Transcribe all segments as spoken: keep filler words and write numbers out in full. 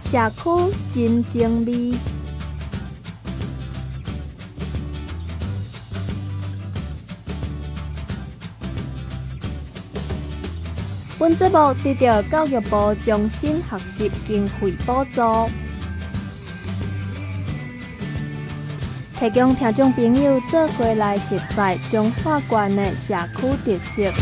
社区真情味。本节目得到教育部终身学习经费补助，提供听众朋友做伙来熟悉彰化县的社区特色。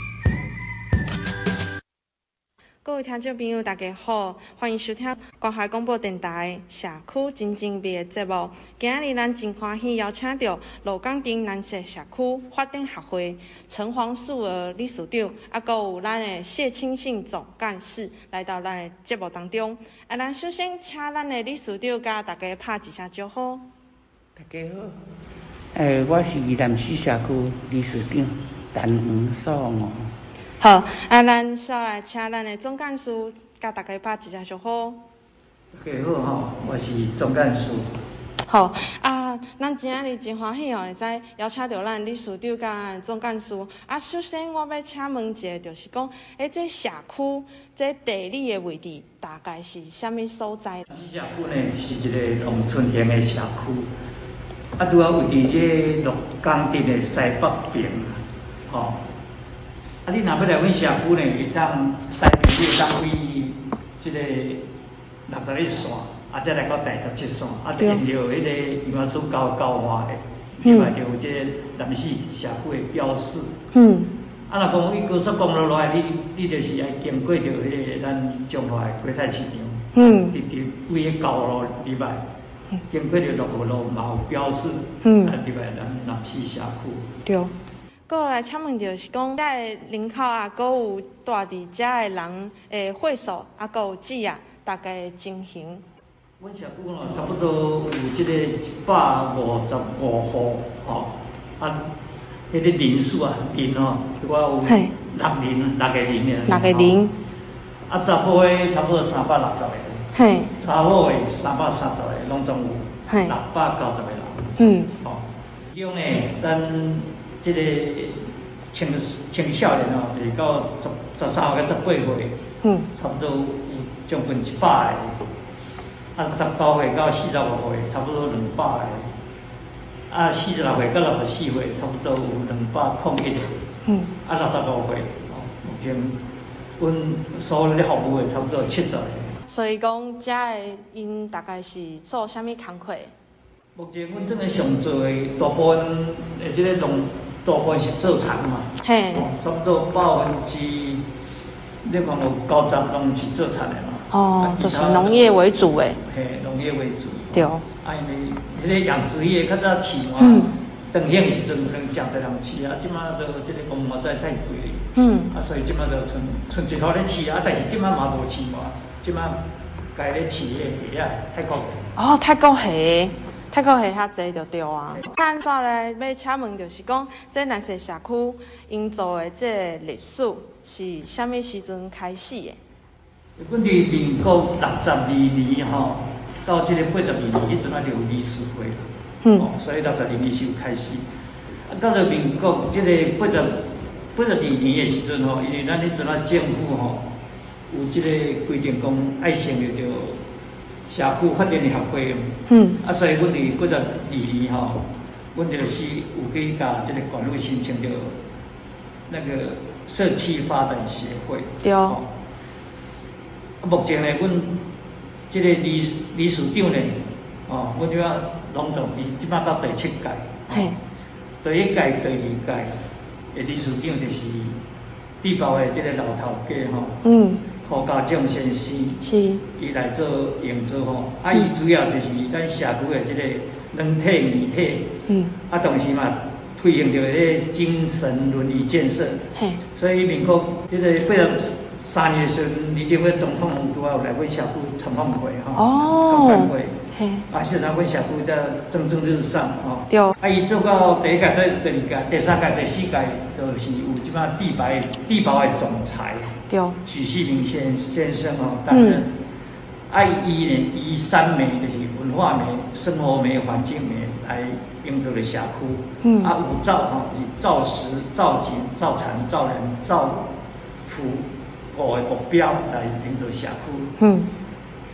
各位听众朋友，大家好，欢迎收听关怀广播电台社区真情味的节目。今日咱真欢喜邀请到罗岗町南势社区发展协会陈黄素儿理事长，啊，还有咱的谢清信总干事来到咱的节目当中。啊，咱首先请咱的理事长甲大家拍一声招呼。 大家好，诶，我是南势社区理事长陈黄素儿。 好，啊，咱先来请咱的总干事甲大家拍一声招呼。 大家好吼，我是总干事。 好啊，咱今日真欢喜哦，会使邀请到咱理事长甲总干事。啊，首先我要请问一下，就是讲，诶，这社区这地理的位置大概是啥物所在？ 南势社区呢是一个农村型的社区，啊，拄好位伫这鹿港镇的西北边，吼。啊，你若要来阮社区呢，会当西边你会当为即个六十一线，啊，再来到第十七线，啊，沿着迄个营业处交交换的，另外就有即个南势社区的标示。嗯。啊，若讲伊高速公路落来，你你就是爱经过着迄个咱彰化的果菜市场。嗯。直直为迄高路入来，经过着六号路嘛有标示。嗯。啊，入来咱南势社区。 对。过来请问就是讲，遮个人口啊，阁有住伫遮个人诶会所啊，阁有子啊，大概情形。 阮社区咯，差不多有即个一百五十五户吼，啊，迄个人数啊，人吼，我有六人，六个人的。 六个人。 啊，查甫的差不多三百六十个。嘿。查某的三百三十个，拢总有。嘿。六百九十个人。嗯。吼，其中呢，咱即个青青少年哦，就是到十十三岁到十八岁，嗯，差不多有将近一百个。啊，十九岁到四十五岁，差不多两百个。啊，四十六岁到六十四岁，差不多有两百零一个。嗯。啊，六十五岁，哦，目前阮所有咧服务的差不多七十个。 所以讲，遮个因大概是做啥物工课？ 目前阮正在上做的大部分的即个农。大部分是做田嘛，嘿，差不多百分之，你看有九十拢是做田的嘛。 哦，就是农业为主诶。 嘿，农业为主。 对。 啊，因为迄个养殖业较早饲嘛，长兴的时阵可能诚侪人饲啊，即马都即个公嘛再太贵咧。嗯。啊，所以即马就剩剩一号咧饲啊，但是即马嘛无饲嘛，即马该咧饲诶虾啊，泰国。 哦，泰国虾。泰国虾较济就对啊。看煞来要请问，就是讲，这南势社区营造的这历史是啥物时阵开始的？ 阮伫民国六十二年吼，到即个八十二年，迄阵啊就有理事会啦。嗯。哦，所以六十二年是有开始。啊，到了民国即个八十八十二年的时阵吼，因为咱迄阵啊政府吼有即个规定讲爱成立着社区发展协会，嗯，啊，所以阮伫八十二年吼，阮就是有去甲即个管路申请着那个社区发展协会。对。哦。啊，目前呢，阮即个理理事长呢，哦，阮即啊拢总伊即摆到第七届。嘿。第一届、第二届的理事长就是地包的即个老头家吼。嗯。胡家正先生，是，伊来做营造吼，啊，伊主要就是咱社区的即个软体、硬体，嗯，啊，同时嘛推行着迄个精神伦理建设，嘿，所以民国迄个八十三年的时阵，李登辉总统拄好有来阮社区参访会吼，哦，参访会，嘿，啊，现在阮社区在蒸蒸日上吼，对，啊，伊做到第一届、第第二届、第三届、第四届，就是有即摆地白地包的总裁。对，许世林先先生哦，担任。啊，伊呢，以三媒就是文化媒、生活媒、环境媒来营造的社区。嗯。啊，有造吼，以造时、造景、造产、造人、造福五个目标来营造社区。嗯。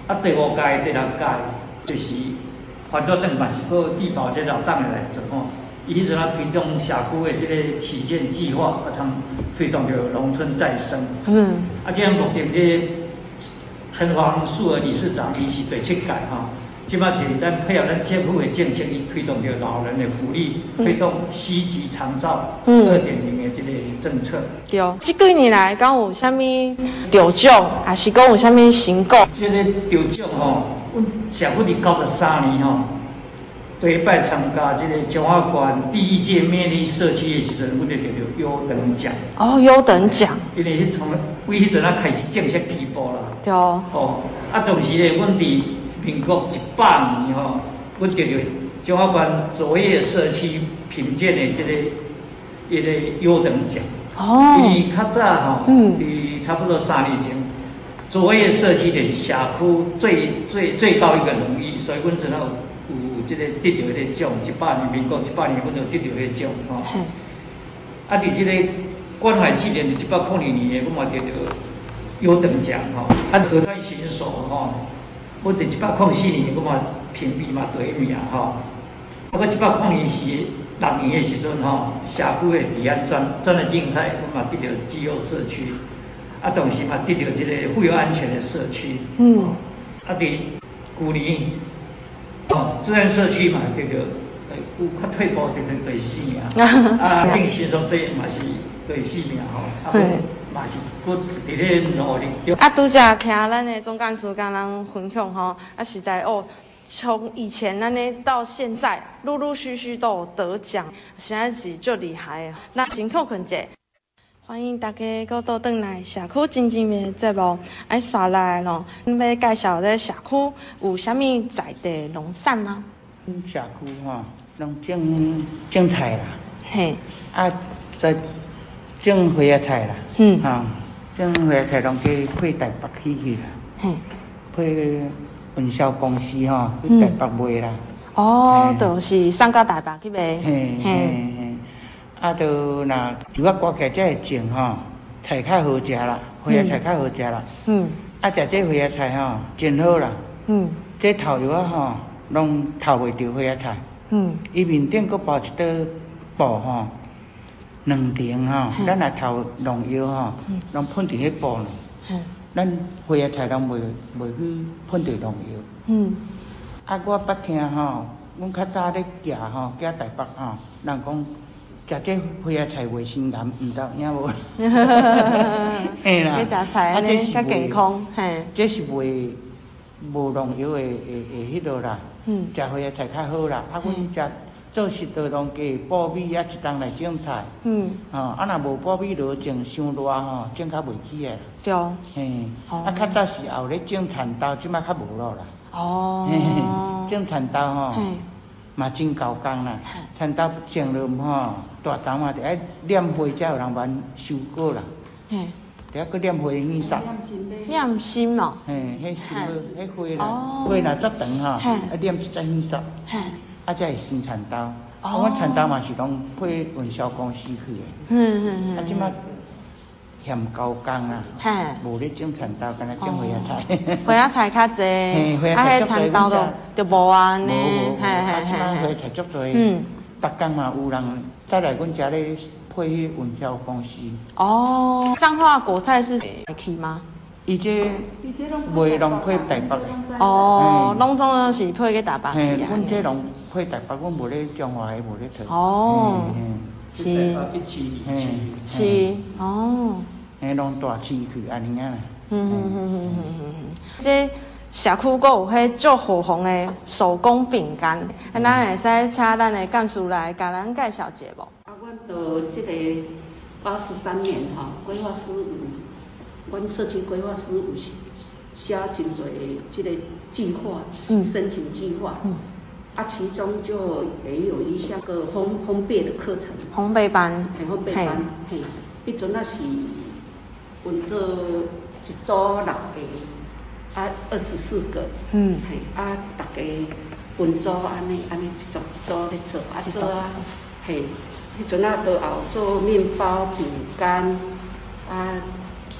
啊，第五届、第六届就是环岛镇嘛是搁地保这老党的来做吼。伊迄阵啊推动社区的这个起建计划，啊，通推动着农村再生。嗯。啊，即样目前这城隍署的理事长，伊是第七届吼。即摆是咱配合咱政府的政策，伊推动着老人的福利，嗯、推动惜疾长照二点零的这个政策。 对，这几年来，敢有啥物得奖，还是讲有啥物成果？ 这个得奖吼，阮社区伫九十三年吼，第一摆参加这个中华县第一届魅力社区的时阵，阮就得着优等奖。 哦，优等奖。 因为迄从为迄阵啊开始正式起步啦。 对。哦， 啊，同时咧，阮伫民国一百年吼，阮得着中华县卓越社区评鉴的这个一个优等奖。哦。因为较早吼，嗯，伫差不多三年前，卓越社区就是社区最最最高一个荣誉，所以阮阵啊有有这个得到迄个奖，一百年民国一百年，阮就得到迄个奖吼。嗯。啊，伫这个关怀纪念的一百零二年，阮嘛得到优等奖吼。啊，河川巡守吼。我伫一百零四年，我嘛评比嘛第一名吼。啊，我一百零二是六年的时阵吼，社区的提案专专的竞赛，我嘛得到绩优社区。啊，同时嘛得到这个富有安全的社区。嗯。啊，伫去年，哦，自然社区嘛得到，呃，有较退步得到第四名。啊，正轻松队嘛是第四名吼。啊，嘛是搁伫咧努力。 啊，拄则听咱的总干事甲咱分享吼，啊实在哦，从以前咱呢到现在，陆陆续续都有得奖，实在是足厉害的。那辛苦困者，欢迎大家搁倒转来社区真正面的节目，爱刷来咯。你要介绍这社区有啥物在地农产吗？ 嗯，社区吼，拢种种菜啦。嘿。啊，在。种花椰菜啦，嗯，哈、哦，种花椰菜拢去配台北去去啦，嘿，配分销公司吼、哦、去台北卖啦。 哦，就是送到台北去卖。 嘿，嘿，嘿，啊，就若如果刮起来才会种吼，菜较好食啦，花椰菜较好食啦。嗯。啊，食这花椰菜吼，真好啦。嗯。这头油啊吼，拢头袂着花椰菜。嗯。伊面顶佫包一道布吼。两层吼，咱若头农药吼，拢喷伫迄布呢。咱花椰菜拢袂袂去喷伫农药。嗯。啊，我捌听吼，阮较早咧寄吼，寄台北吼，人讲食这花椰菜袂生癌，毋知影无？嘿啦。 去食菜安尼较健康，嘿。 这是袂无农药的的的迄落啦。嗯。食花椰菜较好啦，啊，阮食。做实稻拢加苞米啊，一冬来种菜。嗯。哦，啊，若无苞米落种伤热吼，种较袂起来。 对。 嘿。哦。啊，较早是也有咧种蚕豆，即摆较无咯啦。哦。嘿嘿，种蚕豆吼，嘛真高工啦。蚕豆种落吼，大丛嘛，得爱染花才有人玩收果啦。嘿。得还佫染花染色。 染心哦。 嘿，迄收迄花啦，花若足长吼，啊染一只染色。嘿。啊，才会生蚕豆。哦。阮蚕豆嘛是拢配运销公司去的。嗯嗯嗯。啊，即摆嫌高工啦。嘿。无咧种蚕豆，干那种花椰菜。 花椰菜较济。嘿，花椰菜足多。啊，迄蚕豆就就无安尼。 嘿嘿嘿。啊，花椰菜足多。嗯。逐工嘛有人再来阮遮咧配去运销公司。 哦。彰化果菜是去吗？ 伊这袂拢配台北。 哦，拢总是配去台北去啊。 阮这拢配台北，阮无咧彰化的，无咧退。 哦，是，是，哦。 嘿，拢大市去安尼啊。 嗯嗯嗯嗯嗯嗯。这社区阁有迄足火红的手工饼干，啊，咱会使请咱的干事来甲咱介绍一下无？ 啊，阮到这个八十三年吼，规划师有。阮社区规划师有写真侪即个计划，嗯、申请计划，嗯、啊，其中就也有一项个烘烘焙的课程， 烘焙班， 嘿，烘焙班，嘿，迄阵啊是分做一组六个，啊，二十四个，嗯，嘿，啊，大家分组安尼安尼一组一组咧做，啊做啊，嘿，迄阵啊都有做面包、饼干，啊。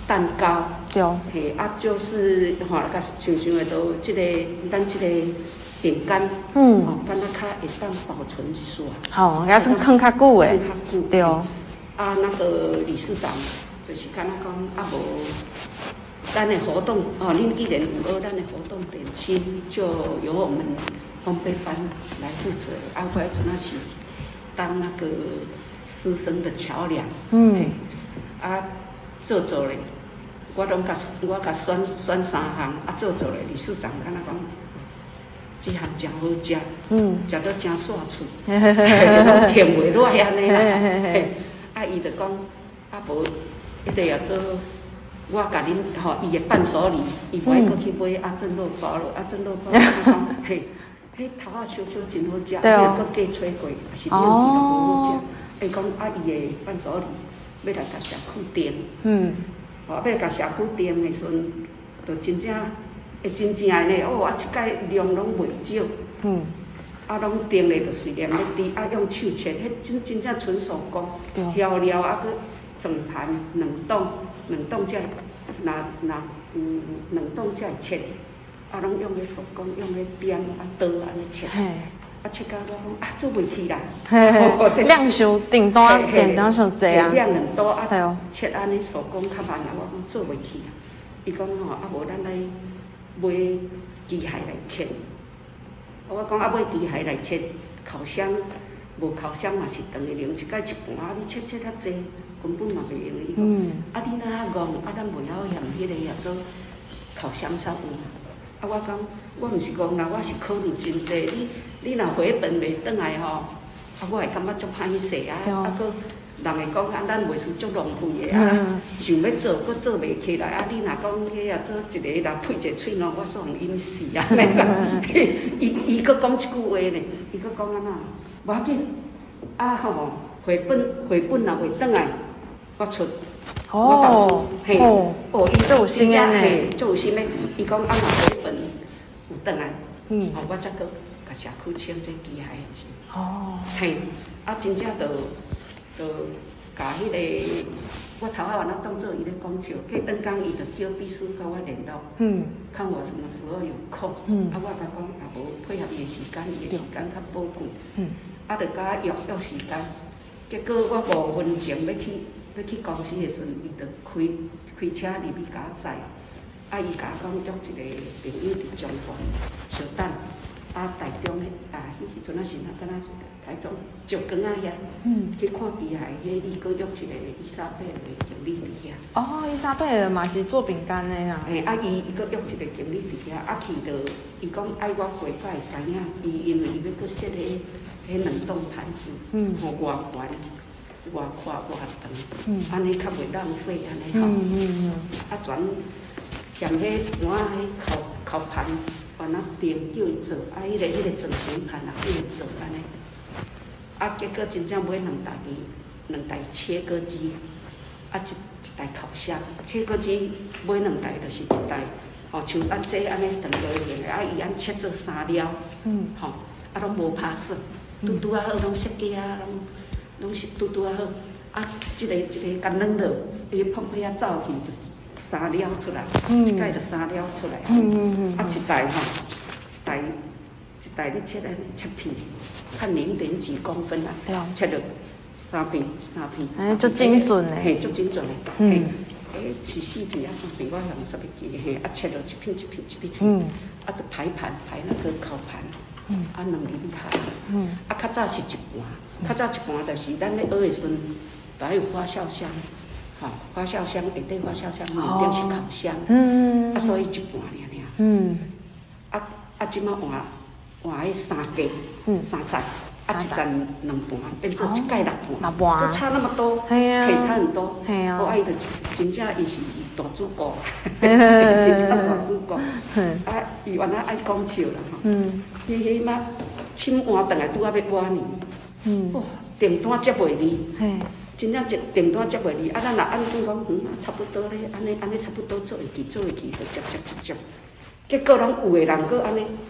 蛋糕， 对， 嘿啊，就是吼，甲想想的都即个咱即个饼干，嗯，吼，敢若较会当保存一丝啊。 好，也算放较久诶， 较久， 对。 啊，那个理事长就是敢若讲啊无。咱的活动哦，恁既然有学咱的活动点心，就由我们烘焙班来负责。啊，我阵仔是当那个师生的桥梁。嗯。啊，做做咧，我拢甲我甲选选三项，啊做做咧，理事长敢若讲，这项真好食，嗯，食到真煞脆，拢甜袂落安尼啦。啊，伊就讲，啊无一定要做。我甲恁吼，伊的伴手礼，伊不爱搁去买阿珍肉包咯，阿珍肉包，伊讲嘿，迄头仔烧烧真好食，伊搁加吹过，是两支都无好食。伊讲啊，伊的伴手礼要来甲社区订，嗯，哦，要来甲社区订的时阵，就真正会真正的呢，哦，啊，即届量拢袂少，嗯，啊，拢订的就是连咧滴，啊，用手切，迄真真正纯手工，调料啊，搁整盘冷冻。冷冻才，那那嗯冷冻才会切，啊，拢用咧手工，用咧鞭啊刀安尼切，啊切到我讲啊做袂起啦， 量伤订单订单伤济啊， 量很多啊，切安尼手工较慢啊，我讲做袂起啊，伊讲吼啊无咱来买机械来切，我讲啊买机械来切，烤箱无烤箱嘛是等于零一届一盘，啊你切切较济。根本嘛袂用伊讲，啊你哪样戆，啊咱袂晓嫌迄个也做烤箱才有。啊我讲，我毋是戆啦，我是考虑真济。你你若回本袂转来吼，啊我会感觉足歹势啊。啊搁人会讲啊，咱袂是足浪费的啊。想要做，搁做袂起来。啊你若讲迄也做一个人配一个喙喏，我煞用阴死啊。伊伊搁讲一句话呢，伊搁讲安那，无要紧，啊吼回本回本若袂转来。我出，我投资，嘿，哦，伊做有心诶，嘿，做有心诶。伊讲啊，若回本有转来，嗯，哦，我则搁甲社区请这机械诶钱，哦，嘿，啊，真正就就甲迄个，我头仔原来当做伊咧讲笑，过等工伊就叫秘书甲我联络，嗯，看我什么时候有空，嗯，啊，我甲讲啊无配合伊诶时间，伊诶时间较宝贵，嗯，啊，就甲约约时间，结果我五分前要去。要去公司的时阵，伊就开开车入去甲我载，啊，伊甲我讲约一个朋友伫中环小等，啊，台中迄啊，迄时阵啊是啊，敢若台中石冈啊遐，嗯，去看机械，迄伊搁约一个伊莎贝尔的经理伫遐。哦， 伊莎贝尔嘛是做饼干的啦。 嘿，啊，伊伊搁约一个经理伫遐，啊，去就伊讲爱我回才会知影，伊因为伊要搁设迄迄冷冻盘子，嗯，和外环。外宽外长，安尼较袂浪费安尼吼。啊，全嫌迄盘啊，迄烤烤盘，原来订叫伊做，啊，迄个迄个整形盘啊，叫伊做安尼。啊，结果真正买两台机，两台切割机，啊一一台烤箱，切割机买两台就是一台，吼像咱这安尼长条形的，啊伊安切做三料，嗯，吼，啊拢无拍算，拄拄啊好，拢设计啊拢。拢是拄拄啊好，啊，即、这个即、这个干冷落，伊碰皮啊走去，三料出来，嗯、一盖就三料出来，嗯嗯嗯、啊一袋吼，一袋一袋你切安尼切片，看零点几公分啦，切了三片三片， 哎，足精准诶， 嘿，足精准诶，嗯，诶，是四片啊三片，我用啥物记嘿，啊切了一片一片一片，嗯，啊，就排盘排那个烤盘。嗯，啊，两厉害。嗯，啊，较早是一盘，较早一盘就是咱咧学的时阵，还有发酵箱，吼、哦，发酵箱下底发酵箱，内顶是烤箱，嗯，啊，所以一盘尔尔。嗯，啊啊，即马换换迄三格，嗯，三层，啊，一层两盘，变做一盖六盘，六盘，就差那么多，可以差很多。系啊，我爱就真正伊是大主顾，真正大主顾。啊，伊原来爱讲笑啦，吼。嗯。伊迄马凊换转来拄仔要换呢，嗯，哇，订单接袂离，嘿，真正订订单接袂离。啊，咱若按算讲，嗯，差不多咧，安尼安尼差不多做会记，做会记就接接接接。结果拢有诶人，佫安尼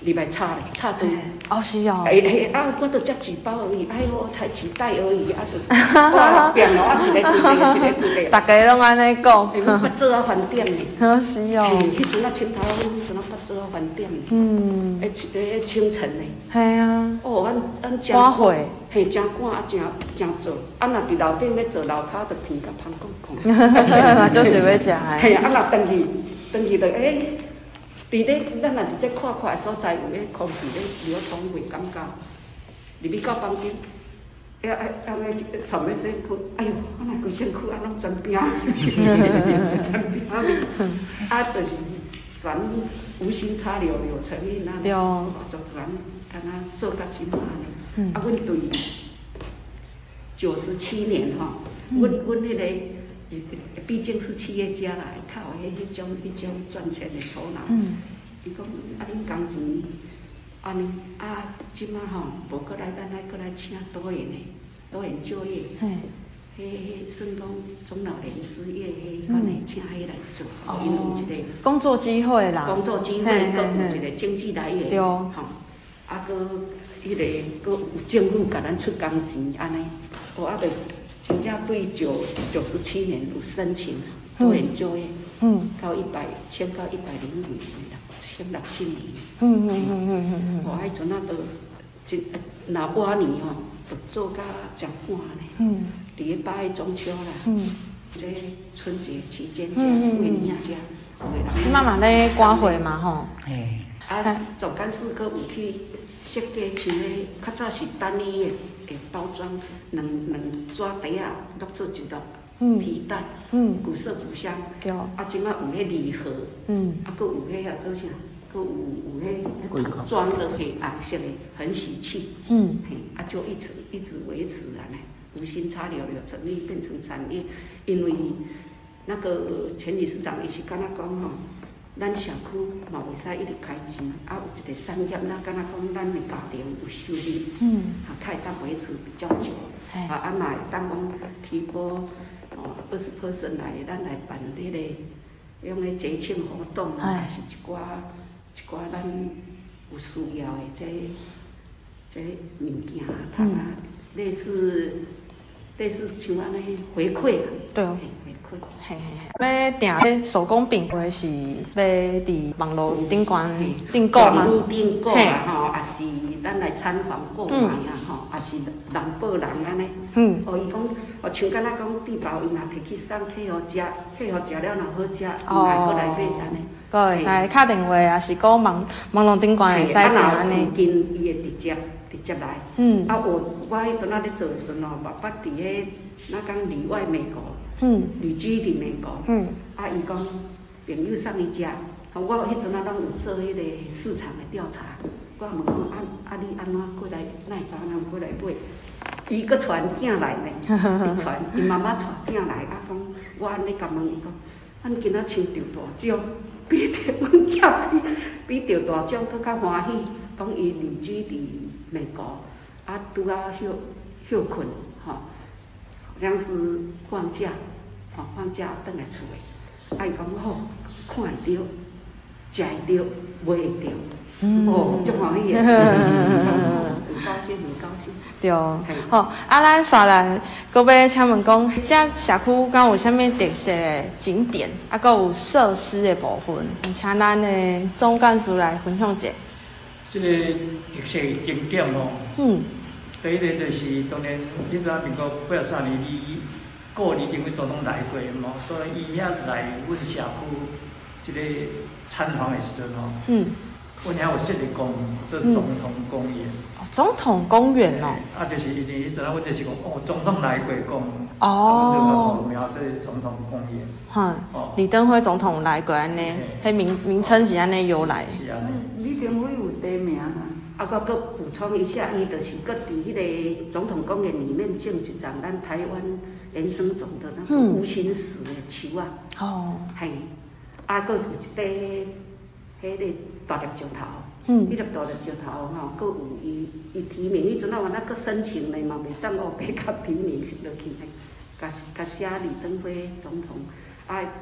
礼拜插嘞，插队。 哦，是哦。 哎哎啊，我都只纸包而已，哎呦，才纸袋而已，啊就哇变咯，啊一个规地，一个规地。 大家拢安尼讲。 哎，我捌做啊饭店嘞。 好是哦。 嘿，迄阵啊，青头，迄阵啊捌做啊饭店嘞。嗯。哎，一个清晨嘞。 系啊。 哦，咱咱真赶会。嘿， 真赶啊，真真做。啊，若伫楼顶要做楼骹，就鼻甲芳讲讲。 嘛，就是要食诶。 系啊，啊，若登去，登去就哎。伫咧，咱若伫这看看诶所在，有迄空气咧流通，袂感觉。入去到房间，哎哎哎，那床咧洗困，哎哟，我若规身躯啊拢全冰，全冰味，啊，就是全无心插柳柳成荫啊，就全敢若做甲即满安尼。啊，阮对九十七年吼，阮阮迄个。毕竟是企业家啦，较有迄迄种迄种赚钱的头脑。嗯。伊讲啊，恁工钱安尼啊，即马吼无过来，咱来过来请多元的多元就业。嗯。迄迄算讲中老年失业迄款的，请迄来做，因为有一个工作机会啦。 工作机会，佮有一个经济来源。 对。 吼，啊，佮迄个佮有政府甲咱出工钱安尼，哦啊，著。真正对九九十七年有申请多元就业，嗯，到一百签到一百零五年，签六七年，嗯嗯嗯嗯嗯嗯，我迄阵啊都真那晚年吼，都做甲真赶咧，嗯，伫咧八月中秋啦，嗯，这春节期间食过年啊食， 即摆嘛咧赶会嘛吼， 嘿，啊，总干事阁有去设计像咧较早是单一的。诶，包装两两纸袋啊，落做一落皮带，嗯，古色古香。对。啊，即摆有迄礼盒，嗯，啊，佮有迄啊做啥？佮有有迄装的黑红色的，很喜气。嗯。嘿，啊，就一直一直维持啊呢，无心插柳柳成荫变成产业，因为那个前理事长伊是敢若讲吼。咱社区嘛袂使一直开钱，啊有一个产业，咱敢若讲咱的家庭有收入，嗯，啊，较会当维持比较久，啊，啊，若会当讲提拨哦二十 percent 来，咱来办迄个用个节庆活动，还是一寡一寡咱有需要的这这物件，啊，类似类似像安尼回馈啦， 对哦。嘿嘿嘿，要订手工饼或是要伫网络顶关订购吗？ 网络订购啊，吼，也是咱来参访购买啊，吼，也是人报人安尼。嗯。哦，伊讲，哦，像敢若讲地包，伊若摕去送客互食，客互食了若好食，伊来过来买安尼。 个会使敲电话，也是讲网网络顶关会使订安尼。 附近伊会直接直接来。嗯。啊，我我迄阵仔咧做时阵哦，嘛捌伫迄那讲里外美国。嗯，旅居伫美国，嗯，啊，伊讲朋友送伊食，我迄阵啊拢有做迄个市场的调查，我问讲啊啊你安怎过来，哪会知影过来买？伊搁传囝来呢，伊传伊妈妈传囝来，啊讲我安尼甲问伊讲，咱今仔抢着大奖，比着阮囝比比着大奖搁较欢喜，讲伊旅居伫美国，啊拄啊休休困，吼。好像是放假，哦，放假倒来厝诶，啊伊讲好，看会着，食会着，买会着，哦，足欢喜诶，很高兴，很高兴。 对，好，啊，咱刷来，搁要请问讲，这社区敢有啥物特色诶景点，啊，搁有设施诶部分，请咱诶总干事来分享者。 这个特色景点哦。嗯。第一个就是当然，你知影民国八十三年伊过年前尾总统来过嘛，所以伊遐来阮社区一个参访的时阵吼，嗯，阮遐有设立公做总统公园。 哦，总统公园哦。 啊，就是因为迄阵啊，阮就是讲哦，总统来过讲， 哦， 就苗这总统公园。 哈，哦，李登辉总统来过安尼，迄名名称是安尼由来。 是安尼。李登辉有地名啊。啊，我搁补充一下，伊就是搁伫迄个总统公园里面种一丛咱台湾原生种的那个乌心石的树啊。哦。嘿，啊，搁有一块迄个大粒石头，嗯，迄粒大粒石头吼，搁有伊伊提名，迄阵啊，我那搁申请嘞嘛，袂当乌白甲提名落去，甲甲写李登辉总统，啊，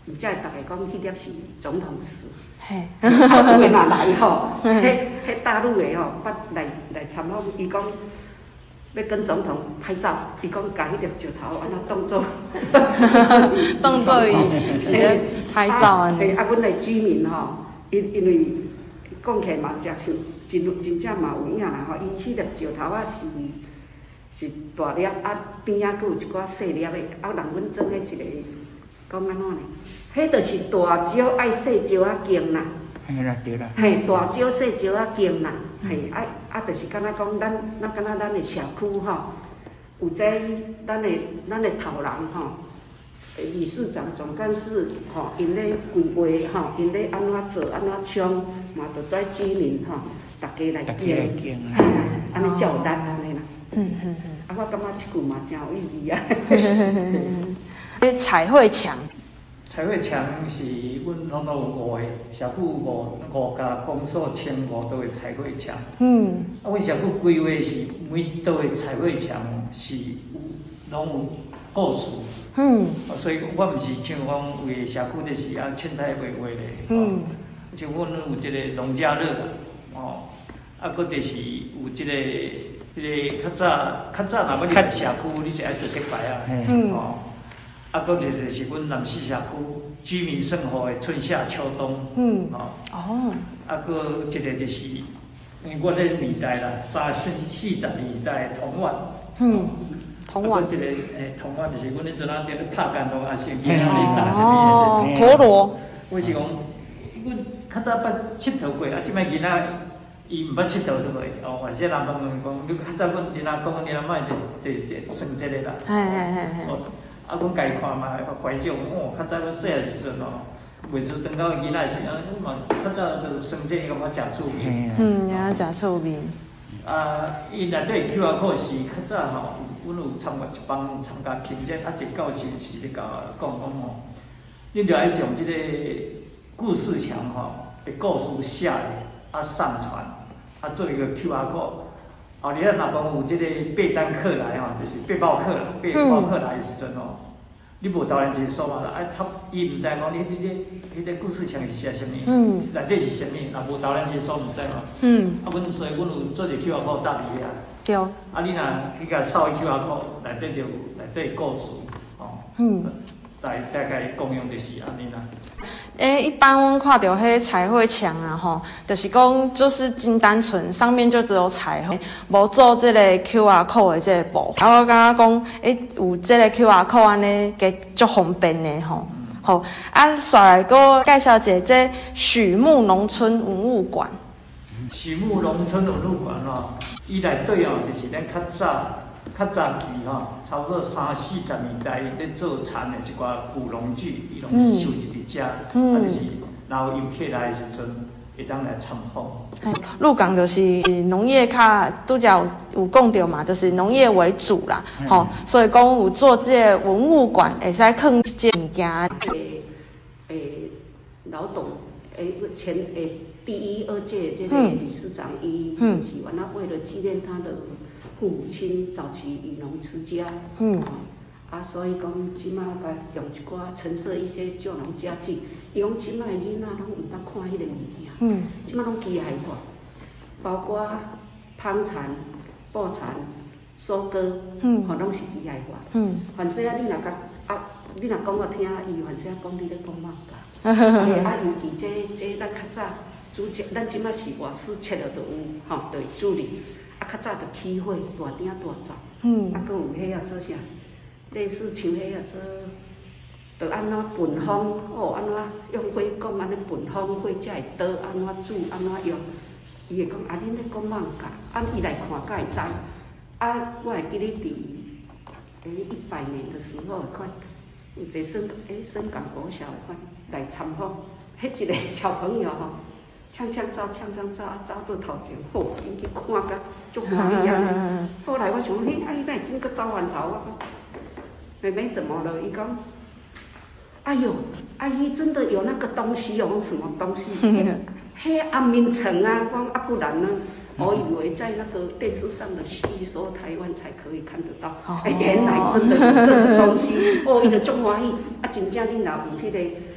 毋才会大家讲迄粒是总统室。嘿，啊，有诶若来吼，迄迄大陆诶吼，捌来来参访，伊讲要跟总统拍照，伊讲甲迄粒石头安怎当做当做伊是咧拍照安尼。 嘿，啊，阮诶居民吼，因因为讲起嘛，真是真真正嘛有影啦吼，伊迄粒石头啊是是大粒，啊边仔佫有一寡细粒诶，啊，人阮种诶一个讲安怎呢？迄就是大石爱细石仔茎啦。 嘿啦，对啦。 嘿，大石细石仔茎啦，嘿，啊啊，就是敢若讲咱咱敢若咱的社区吼，有这咱的咱的头人吼，理事长、总干事吼，因咧规划吼，因咧安怎做安怎冲，嘛着跩居民吼，大家来建，安尼才有力安尼啦。嗯嗯嗯。啊，我感觉即句嘛真有意义啊。 迄彩绘墙。 彩绘墙是阮拢有五个社区五五家公所千五道的彩绘墙。嗯。啊，阮社区规划是每一道的彩绘墙是有拢有故事。嗯。所以我毋是像讲为社区就是啊凊彩画画咧。嗯。像阮有即个农家乐啦，哦，啊，搁就是有即个迄个较早较早若要入社区，你是爱做结牌啊。嗯。哦。啊，搁一个就是阮南市社区居民生活的春夏秋冬，嗯，哦，哦，啊，搁一个就是，因为我咧年代啦，三四四十年代的童玩，嗯，童玩，啊，一个诶，童玩就是阮迄阵啊，伫咧拍干路，也是囡仔咧打什么的， 陀螺， 我是讲，阮较早捌佚佗过，啊，即摆囡仔伊毋捌佚佗对袂？哦，或者人问问讲，你较早阮囡仔讲，阮囡仔莫就就就算这个啦，哎哎哎哎。啊，阮家己看嘛，怀旧哦，较早阮细个时阵哦，袂输等到囡仔时阵，阮嘛较早就算这个感觉真趣味。 嗯，也真趣味。 啊，伊内底 Q R code 是较早吼，阮有参加一帮参加评鉴，啊，一个教授是咧甲讲讲吼，你着爱将即个故事墙吼的故事写咧，啊上传，啊做一个 Q R code。后日啊，若讲有即个八单客来吼，就是八包客啦，八包客来的时阵吼，你无导览解说嘛？啊，他伊毋知讲你你你迄个故事墙是写啥物，内底是啥物，若无导览解说毋知嘛。嗯。啊，阮所以阮有做一个 Q R code 搭伫遐。对。啊，你若去甲扫 Q R code，内底就有内底故事，吼。嗯。大大概功用就是安尼啦。 诶，一般阮看到迄彩绘墙啊，吼，就是讲就是真单纯，上面就只有彩绘，无做这个 Q R code 的这个部分。啊，我感觉讲，诶，有这个 Q R code 安尼，加足方便的吼。好，啊，煞来给我介绍一下这许木农村文物馆。 许木农村文物馆吼，伊内底哦，就是咱较早。较早期吼，差不多三四十年代咧做田的一寡古农具，伊拢收集伫遮，嗯、啊，就是然后游客来的时阵，会当来参访。 鹿港就是农业较拄则有有讲到嘛，就是农业为主啦，吼、嗯，所以讲有做这个文物馆，会使放这物件。 诶诶，老董诶前诶第一二届这个理事长，伊嗯是完了为了纪念他的。父母亲早期以农持家，嗯，啊，所以讲即马甲用一寡陈设一些旧农家具，伊讲即马的囡仔拢毋捌看迄个物件，嗯，即马拢机械化，包括烹蚕、布蚕、收割，嗯，吼拢是机械化，嗯，凡说啊，你若甲啊，你若讲我听，伊凡说讲你咧讲嘛噶，啊，尤其这这咱较早主角，咱即马是外事切了就有，吼，就助理。啊，较早着起火，大鼎大灶，嗯，啊，搁有迄啊做啥？类似像迄啊做，着安怎焚风，哦，安怎用火讲安尼焚风，火才会倒，安怎煮，安怎用？伊会讲啊，恁咧讲艋舺，啊，伊来看才会知。啊，我会记咧伫诶一百年的时候，看有一个深诶深港国小看来参访，迄一个小朋友吼。呛呛走，呛呛走，啊，走做头前，好，因去看甲足欢喜啊！后来我想，嘿，啊，伊哪会经过走翻头？我讲，妹妹怎么了？伊讲，哎呦，阿姨真的有那个东西哦，什么东西？嘿，安眠城啊，讲啊不然呢？我以为在那个电视上的戏说台湾才可以看得到，哎，原来真的有这个东西，哦，伊就足欢喜，啊，真正恁若有迄个。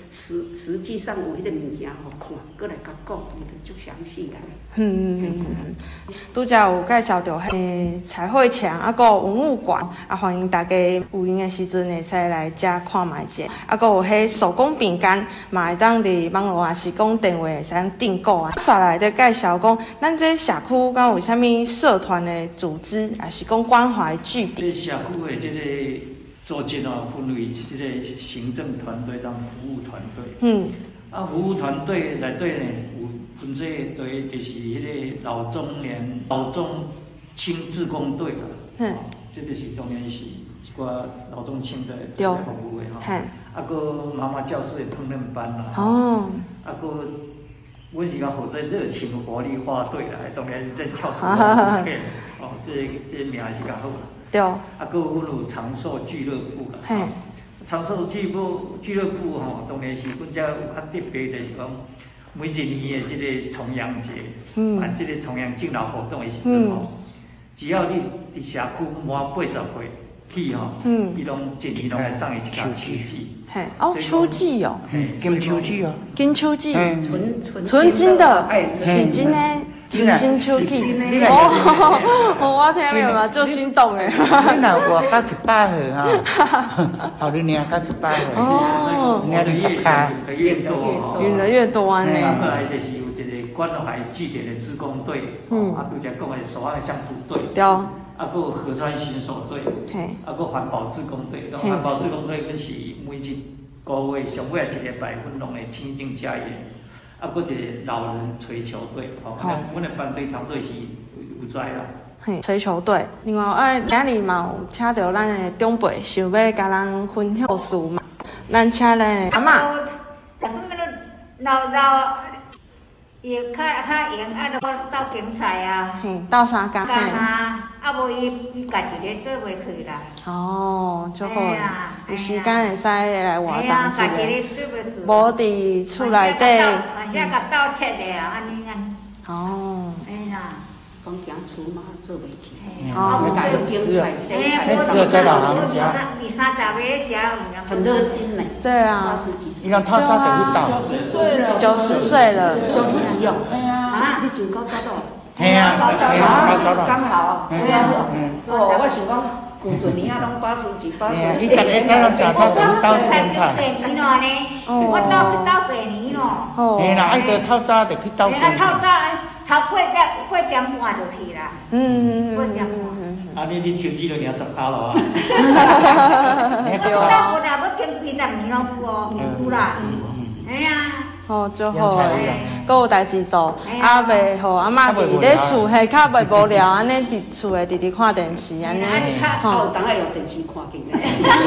实实际上有迄个物件吼看，过来甲讲，伊就足详细啦。 嗯嗯嗯嗯，拄则有介绍到迄彩绘墙，啊，个文物馆，啊，欢迎大家有闲的时阵会使来遮看卖者，啊，个有迄手工饼干，嘛会当伫网络啊是讲电话会使当订购啊。煞来咧介绍讲，咱这社区敢有啥物社团的组织，还是讲关怀据点？ 这社区的这个组织哦，分为这个行政团队当服务团队。嗯。啊，服务团队内底呢有分这队，就是迄个老中年、老中青志工队啦。嗯。这就是当然是一寡老中青的这个服务的吼。啊，个妈妈教室的烹饪班啦。哦。啊，个阮是讲负责热情活力花队啦，当然是真跳出来的。哦，这这名是较好啦。对。啊，个阮有长寿俱乐部啦。嘿。长寿俱乐部俱乐部吼，当然是阮遮有较特别，就是讲每一年的这个重阳节，嗯，办这个重阳敬老活动的时阵吼，只要你伫社区满八十岁起吼，嗯，伊拢一年拢来送伊一架手机。嘿， 哦，秋季哦， 金秋季哦， 金秋季， 纯纯纯金的，是真的。纯金秋季，哦，我听了嘛就心动诶。 你若活到一百岁哈，后你领到一百岁， 哦， 领你十卡， 越多， 越来越多安尼。 啊，过来就是有一个关怀据点的志工队，嗯，啊，拄则讲的守望乡土队，对，啊，还有河川巡守队，嘿，啊，个环保志工队，环保志工队阮是每一个月上尾一个礼拜，阮拢会亲近家园。啊，搁一个老人槌球队，吼，阮的班队差不多是有有在啦。 嘿，槌球队。另外，啊，今日嘛有请到咱的长辈，想要甲咱分享故事嘛。咱请咧阿嬷。 什么老老也较较闲，啊，就斗竞赛啊。 嘿，斗相共。 共啊，啊无伊伊家己咧做袂去啦。 哦，就好。有时间会使来活动一下。无伫厝内底。 而且甲斗切的啊，安尼啊。 哦。 哎呀， 讲行厝嘛做袂起。 哦。 要家己竞赛生产。 那只有在老人家。 二三十个食有很热心呢。 对啊。 八十几岁。 伊讲透早就去倒。 九十岁了。 九十几哦。哎呀。啊，你真高早到。 嘿啊，嘿啊， 刚好。对啊。哦，我想讲。古阵年啊，拢八十几、八十几。 伊逐个早拢食早就去倒种菜。 我倒去倒八年咯。 嘿啦，爱着透早就去倒种菜。 啊，透早超八点八点半就去啦。嗯八点半。 啊，你你手机都领十卡咯啊？ 对啊。我若要经几十年咯，有哦，有啦。哎呀。 哦，就好诶，搁有代志做，啊，袂互阿嬷伫咧厝，嘿，较袂无聊，安尼伫厝诶，直直看电视安尼。 吼，有当下用电视看紧诶。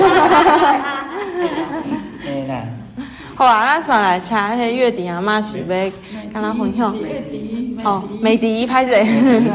嘿啦。 好啊，咱先来请迄月迪阿嬷是要跟咱分享。哦，美迪歹势。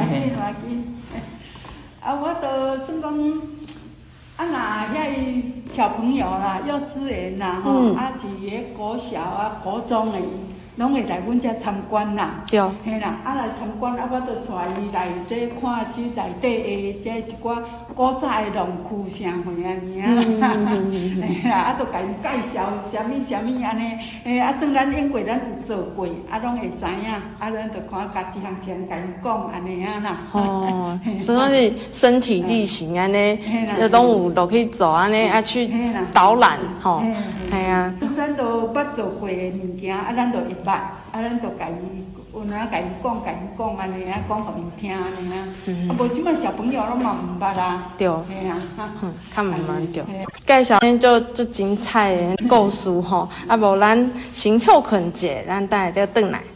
啊，我都算讲，啊，若遐小朋友啦，幼稚园啦，吼、嗯，啊是迄国小啊、国中诶，拢会来阮遮参观啦。对。嘿啦，啊来参观，啊我就带伊来这看这内底诶，这一寡古早诶农区社会安尼啊。嗯嘿啦，啊，就甲伊介绍啥物啥物安尼，诶，啊算咱因为咱有做过，啊拢会知影，啊咱就看家一项钱甲伊讲安尼啊啦。 哦，所以是身体力行安尼，这拢有落去做安尼，啊去导览吼，系啊。 咱都捌做过诶物件，啊咱就会捌，啊咱就甲伊有哪甲伊讲，甲伊讲安尼啊，讲互伊听安尼啊。啊，无即摆小朋友拢嘛毋捌啊。对。嘿啊， 哼，较毋捌对。介绍恁做做精彩诶故事吼，啊无咱先休困者，咱等下再转来。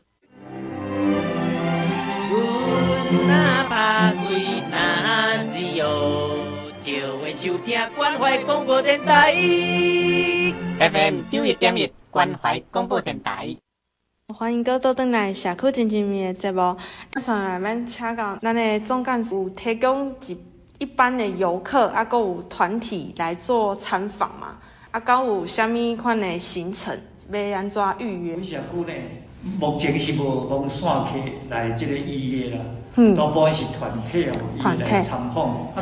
哪怕归哪自由，就会收听关怀广播电台 F M 九一点一关怀广播电台。 欢迎各位倒转来社区真真面的节目。上来咱请到咱的总干事有提供一一般的游客，啊，还有团体来做参访嘛？啊，还有啥物款的行程要安怎预约？ 社区呢，目前是无讲线客来这个预约啦。嗯，多半是团体哦，伊来参访，啊，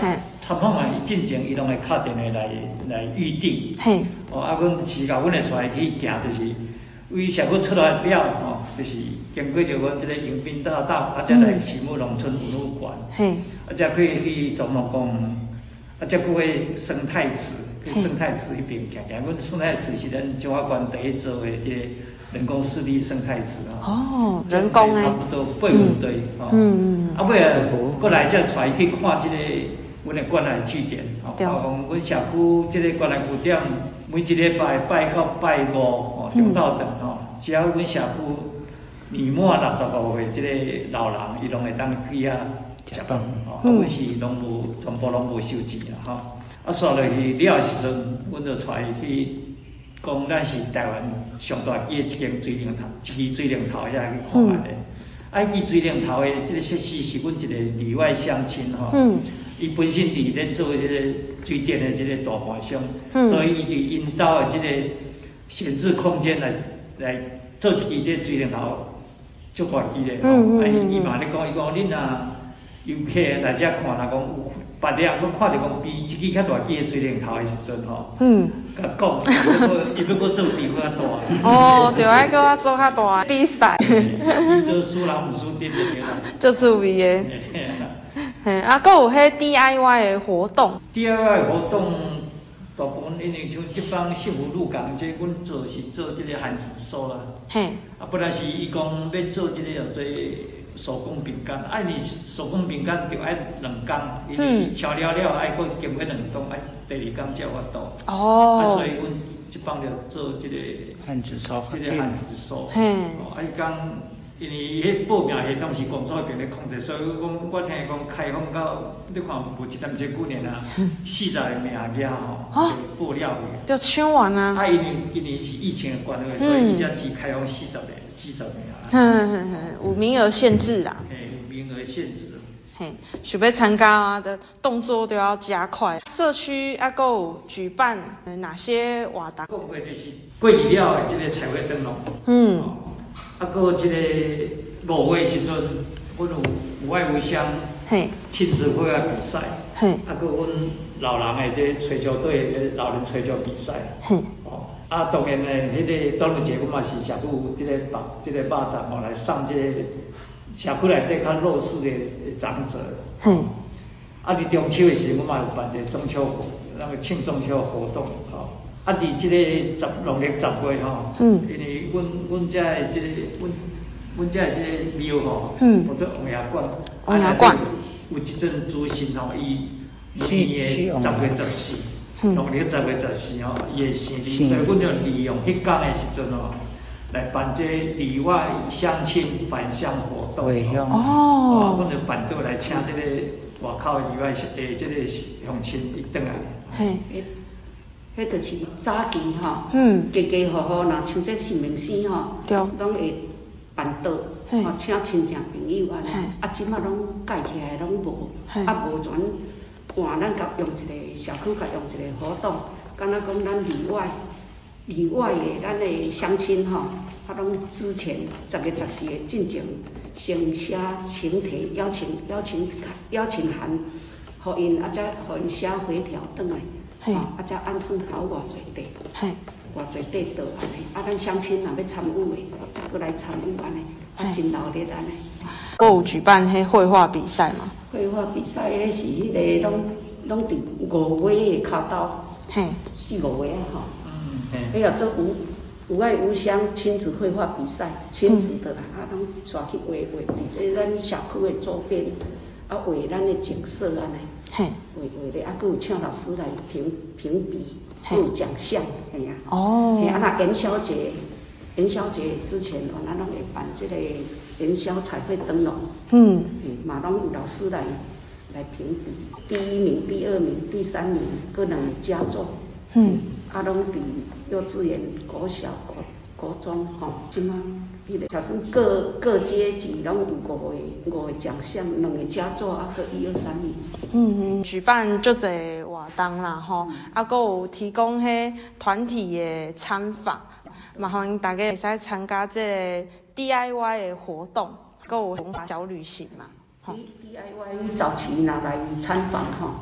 参访啊，伊进前伊拢会敲电话来来预定。嘿。哦，啊，阮是甲阮会带去行，就是为社区出来了吼，就是经过着阮即个迎宾大道，啊，才来徐木农村文物馆。嘿。啊，才可以去中龙宫，啊，才过去生态池，去生态池迄边行行。阮生态池是咱中华馆第一做的即个人工湿地生态池啊。哦，人工诶。差不多八分地吼。嗯嗯。啊，尾啊，过来才带伊去看即个。阮的馆内据点，吼，包括阮社区即个馆内据点，每一礼拜拜到拜五，吼，中昼顿，吼，只要阮社区年满六十五岁，即个老人伊拢会当去遐食饭，吼，啊，阮是拢无全部拢无收钱啦，吼，啊，刷落去了时阵，阮就带伊去讲，咱是台湾上大基的一间水龙头，一支水龙头遐去看下咧。啊，伊支水龙头的即个设施是阮一个里外乡亲，吼。伊本身伫咧做即个水电的即个大盘商，嗯、所以伊伫因兜的即个闲置空间来来做一支即个水龙头，足大支的。嗯嗯啊，伊伊嘛咧讲，伊讲恁若游客来遮看，若讲有别了，我看着讲比即支较大支的水龙头的时阵吼，嗯，甲讲，伊要搁做比较大。 哦，着爱搁我做较大比赛。 伊做输人毋输阵就对啦。 足趣味的。嘿，啊，阁有迄 D I Y 的活动。 D I Y 活动，大部分因为像即帮幸福鹿港，即阮做是做即个汉字书啦。嘿。啊，本来是伊讲要做即个叫做手工饼干，啊，你手工饼干就爱两工，因为敲了了爱搁经过两冬，爱第二工才有法度。哦。啊，所以阮即帮着做即个汉字书， 即个汉字书。嘿。哦，啊，伊讲。因为迄报名系统是工作迄边咧控制，所以讲我听伊讲开放到，你看无一阵这几年啊，四十个名额吼，报了去。 就抢完啊！ 啊，因为因为是疫情的关系，所以伊才只开放四十个，四十名额。 嗯，有名额限制啦。 嘿，名额限制。 嘿，想要参加的动作都要加快。社区啊，阁有举办哪些活动？ 过月就是过年了的这个彩绘灯笼。嗯。啊，搁即个五月时阵，阮有有爱无乡亲子绘画比赛，啊，搁阮老人的即个吹球队的老人吹球比赛，哦，啊，当然咧，迄个端午节，阮嘛是社区有即个肉，即个肉粽吼来送即个社区内底较弱势的长者，啊，伫中秋的时，阮嘛有办一个中秋那个庆中秋活动，吼。啊！伫即个十农历十月吼，嗯、因为阮阮遮的即、这个阮阮遮的即个庙吼，或者王爷馆， 王爷馆有一阵主神吼，伊年的十月十四，农历十月十四吼，伊的生日，所以阮就利用迄天的时阵吼，来办这里外乡亲返乡活动。哦，阮就办倒来请即个外口的里外诶，即个乡亲伊转来。嘿。 迄就是早期吼，家家户户若像这新明星吼，拢会办桌，吼请亲戚朋友安尼。啊，即马拢改起来拢无，啊无全换咱甲用一个社区甲用一个活动，敢若讲咱里外里外的咱的乡亲吼，啊拢之前十月十四的进前先写请帖邀请邀请邀请函，互因啊才互因写回条转来。哦，啊，才按算考偌济地，偌济地倒安尼，啊，咱乡亲若要参与的，才过来参与安尼，啊，真热烈安尼。 阁有举办迄绘画比赛嘛？ 绘画比赛迄是迄个拢拢伫五月的口斗，四五月啊吼。嗯，迄个做有有爱有乡亲子绘画比赛，亲子的啦，啊，拢带去画画伫咧咱社区的周边，啊，画咱的景色安尼。嘿，画画咧，啊，佮有请老师来评评比，佮有奖项，嘿啊。哦。嘿啊，那元宵节，元宵节之前，哦，咱拢会办这个元宵彩绘灯笼。嗯。嗯，嘛拢有老师来来评比，第一名、第二名、第三名，各两个佳作。嗯。啊，拢伫幼稚园、国小、国国中，吼，即马。迄个，就算各各阶级拢有五个五个奖项，两个佳作，啊，个一二三名。 嗯嗯，举办足侪活动啦，吼，啊，阁有提供迄团体的参访，嘛，互因大家会使参加这个 D I Y 的活动，阁有文化小旅行嘛， 吼。D I Y 早期若来参访吼，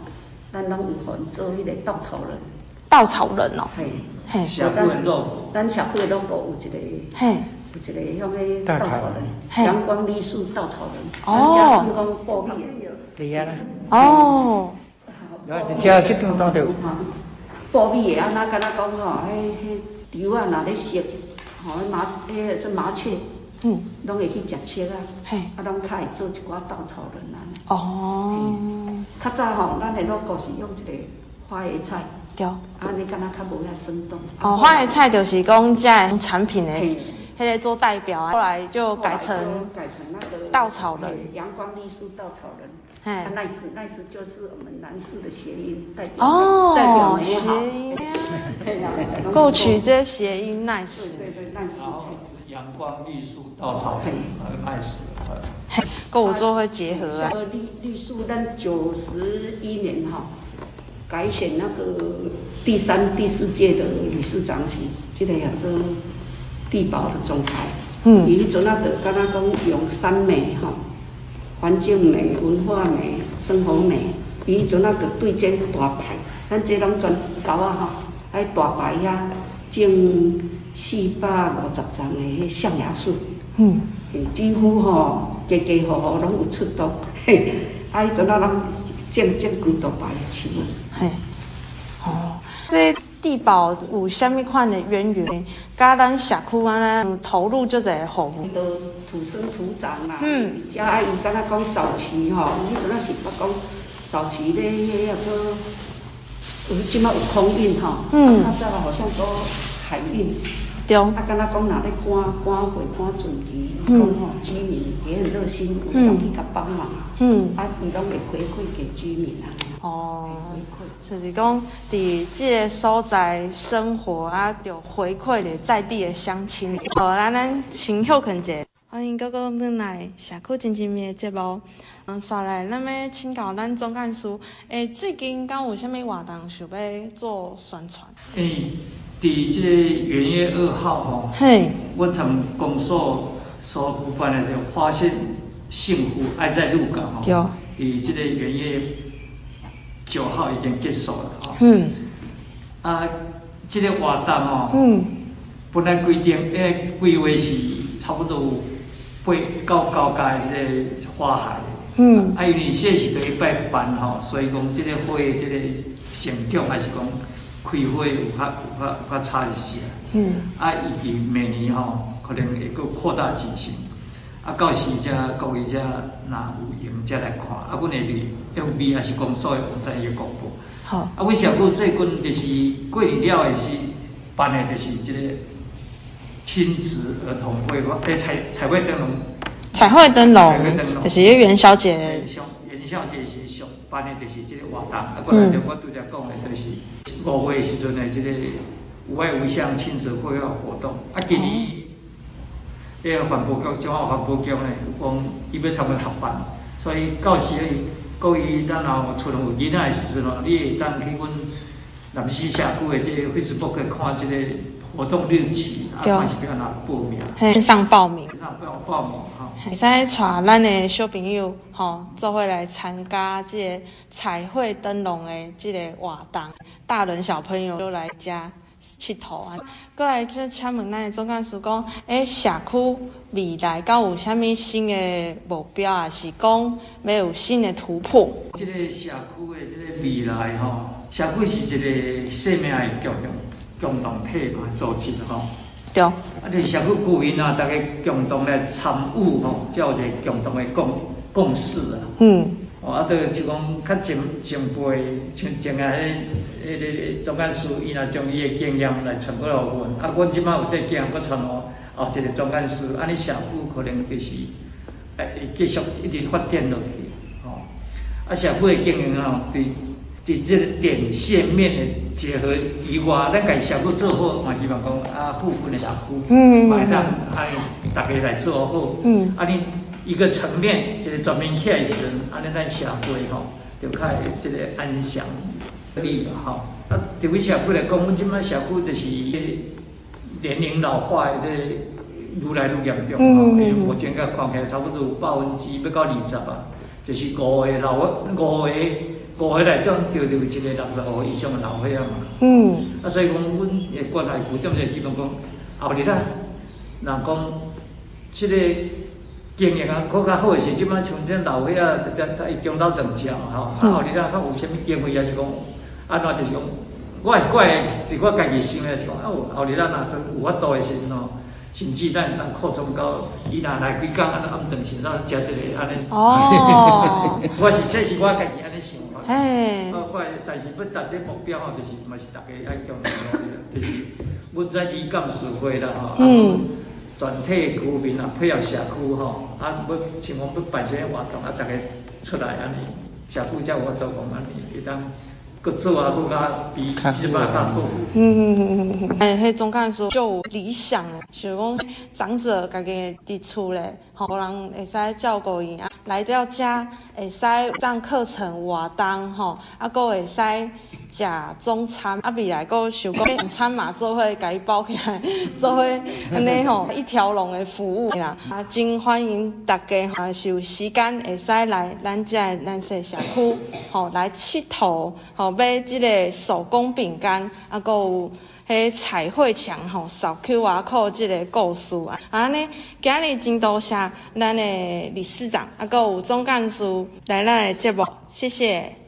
咱拢有互因做迄个稻草人。 稻草人哦。 嘿。 嘿。 社区的 logo。 咱社区的 logo 有一个。 嘿。 有一个向个稻草人，阳光绿树稻草人。 哦。 咱家是讲布米的。 对呀啦。 哦。 你家这栋当着。 布米的，啊，那敢若讲吼，迄迄稻啊，若咧熟，吼，麻，迄这麻雀。嗯，拢会去食切啊，嘿，啊，拢较会做一寡稻草人啊。哦，较早吼，咱的 logo 是用一个花椰菜，对，啊，你敢若较无遐生动。 哦，花椰菜就是讲这产品的，迄个做代表啊，后来就改成改成那个稻草人， 阳光绿树稻草人。哎，奈斯奈斯就是我们南市的谐音，代表哦， 代表美好。 谐音啊，过去这谐音 nice， 对对 nice。 阳光绿树稻草人，很爱死。 嘿，跟我做会结合啊。 绿绿树，咱九十一年哈，改选那个第三、第四届的理事长是这个叫做地保的总裁。嗯。伊迄阵啊，就敢若讲用三美哈，环境美、文化美、生活美。伊迄阵啊，就对这大牌，咱这拢全搞啊哈，迄大牌呀，种。四百五十丛的迄象牙树，嗯，几乎吼家家户户拢有出动，嘿，啊，迄阵啊，拢种种几大排的树啊，嘿， 哦，这地保有虾米款的渊源？甲咱社区安尼投入就侪服务， 都土生土长啦，嗯，加啊，伊敢若讲早期吼，迄阵啊是捌讲早期咧迄叫做，有即摆有空运吼，嗯，较早好像都海运。对，啊，敢若讲若咧赶赶回赶船期，讲吼居民也很热心，有人去甲帮忙，嗯，啊，伊拢会回馈给居民啊。哦，回馈， 就是讲伫即个所在生活啊，就回馈咧在地的乡亲。好，咱咱先休困者，欢迎各位转来社区真真面的节目。嗯，刷来，咱要请教咱总干事，诶，最近敢有啥物活动想要做宣传？ 诶。伫即个元月二号吼，嘿，阮从公所所举办的叫发现幸福爱在鹿港吼，伊即个元月九号已经结束了吼。嗯。啊，即、这个活动吼，嗯，本来规定诶规划是差不多有八到九届即个花海。嗯。啊，因为这是第一摆办吼，所以讲即个花即个成长还是讲。开花有较有较有较差一些，嗯，啊，预计明年吼可能会阁扩大进行，啊，到时则各位则若有闲则来看，啊，阮会伫 F B 还是公所的网站去公布。好，啊，阮社区最近就是过年了的是办的，就是即个亲子儿童会，诶，彩彩绘灯笼， 彩绘灯笼，就是元宵节， 元宵节是上办的，就是即个活动，啊，过来就我拄则讲的，就是。五月时阵的即个无爱无乡亲子绘画活动，啊，今年迄个环保局中央环保局呢，讲伊要差不多合办，所以到时各位咱若厝有囡仔的时阵哦，你会当去阮南市社区的即个 Facebook 看即个活动日期，啊，看是要安怎报名， 线上报名， 线上报报名哈， 会使带咱的小朋友吼，做伙来参加即个彩绘灯笼的即个活动。大人小朋友都来家佚佗啊！过来就请问咱的总干事讲，诶，社区未来敢有啥物新的目标啊？是讲要有新的突破？ 即个社区的即个未来吼，社区是一个生命的共同共同体嘛，组织吼。对。啊，就是社区居民啊，大家共同来参与吼，才有一个共同的共共识啊。嗯。哦，啊，就就讲较前前辈，像前啊，迄迄个总干事，伊若将伊的经验来传过来互阮，啊，阮即摆有这经验，搁传互后一个总干事，安尼社区可能就是会继续一直发展落去，吼。啊，社区的经营吼，对对这个点线面的结合以外，咱家社区做好，嘛希望讲啊，附近的社区，嗯，嘛会当爱大家来做好，嗯，啊你。一个层面，就是全面起来时阵，安尼咱社会吼，就较会即个安详力嘛吼。啊，对于社区来讲，阮即摆社区就是年龄老化的这愈来愈严重吼。因为目前甲看起来差不多有百分之要到二十啊，就是五个老五个五岁内中就留一个六十五以上的老岁仔嘛。 嗯。啊， 所以讲，阮的关系古点就希望讲，后日啊，若讲即个经营啊，搁较好诶时，即摆像咱老岁仔，咱咱伊中老长照吼，啊后日啊，较有啥物经费，也是讲安怎就是讲，我我诶，是我家己想诶是讲，啊后日啊，若有法度诶时阵吼。甚至咱咱扩充到，伊若来几工，安尼暗顿时阵食一个安尼。哦。我是这是我家己安尼想法。嘿。我我但是要达这目标吼，就是嘛是大家爱共同努力啦，就是阮在理感社会啦吼，嗯。全体居民啊，配合社区吼，啊要像讲要办些活动啊，大家出来安尼，社区才有法度讲安尼，会当。搁做啊，搁较比十八较好。嗯嗯嗯嗯哎，迄总干事就有理想诶，想讲长者家己伫厝咧，吼，无人会使照顾伊啊，来到遮会使上课程活动吼，啊，搁会使食中餐，啊，未来搁想讲晚餐嘛，做伙甲伊包起来，做伙安尼吼一条龙诶服务啦。啊，真欢迎大家吼，是有时间会使来咱遮诶咱社社区吼来佚佗吼。买即个手工饼干，啊，搁有迄彩绘墙吼，扫 Q R code 即个故事啊，安尼今日真多谢咱的理事长，啊，搁有总干事来咱的节目，谢谢。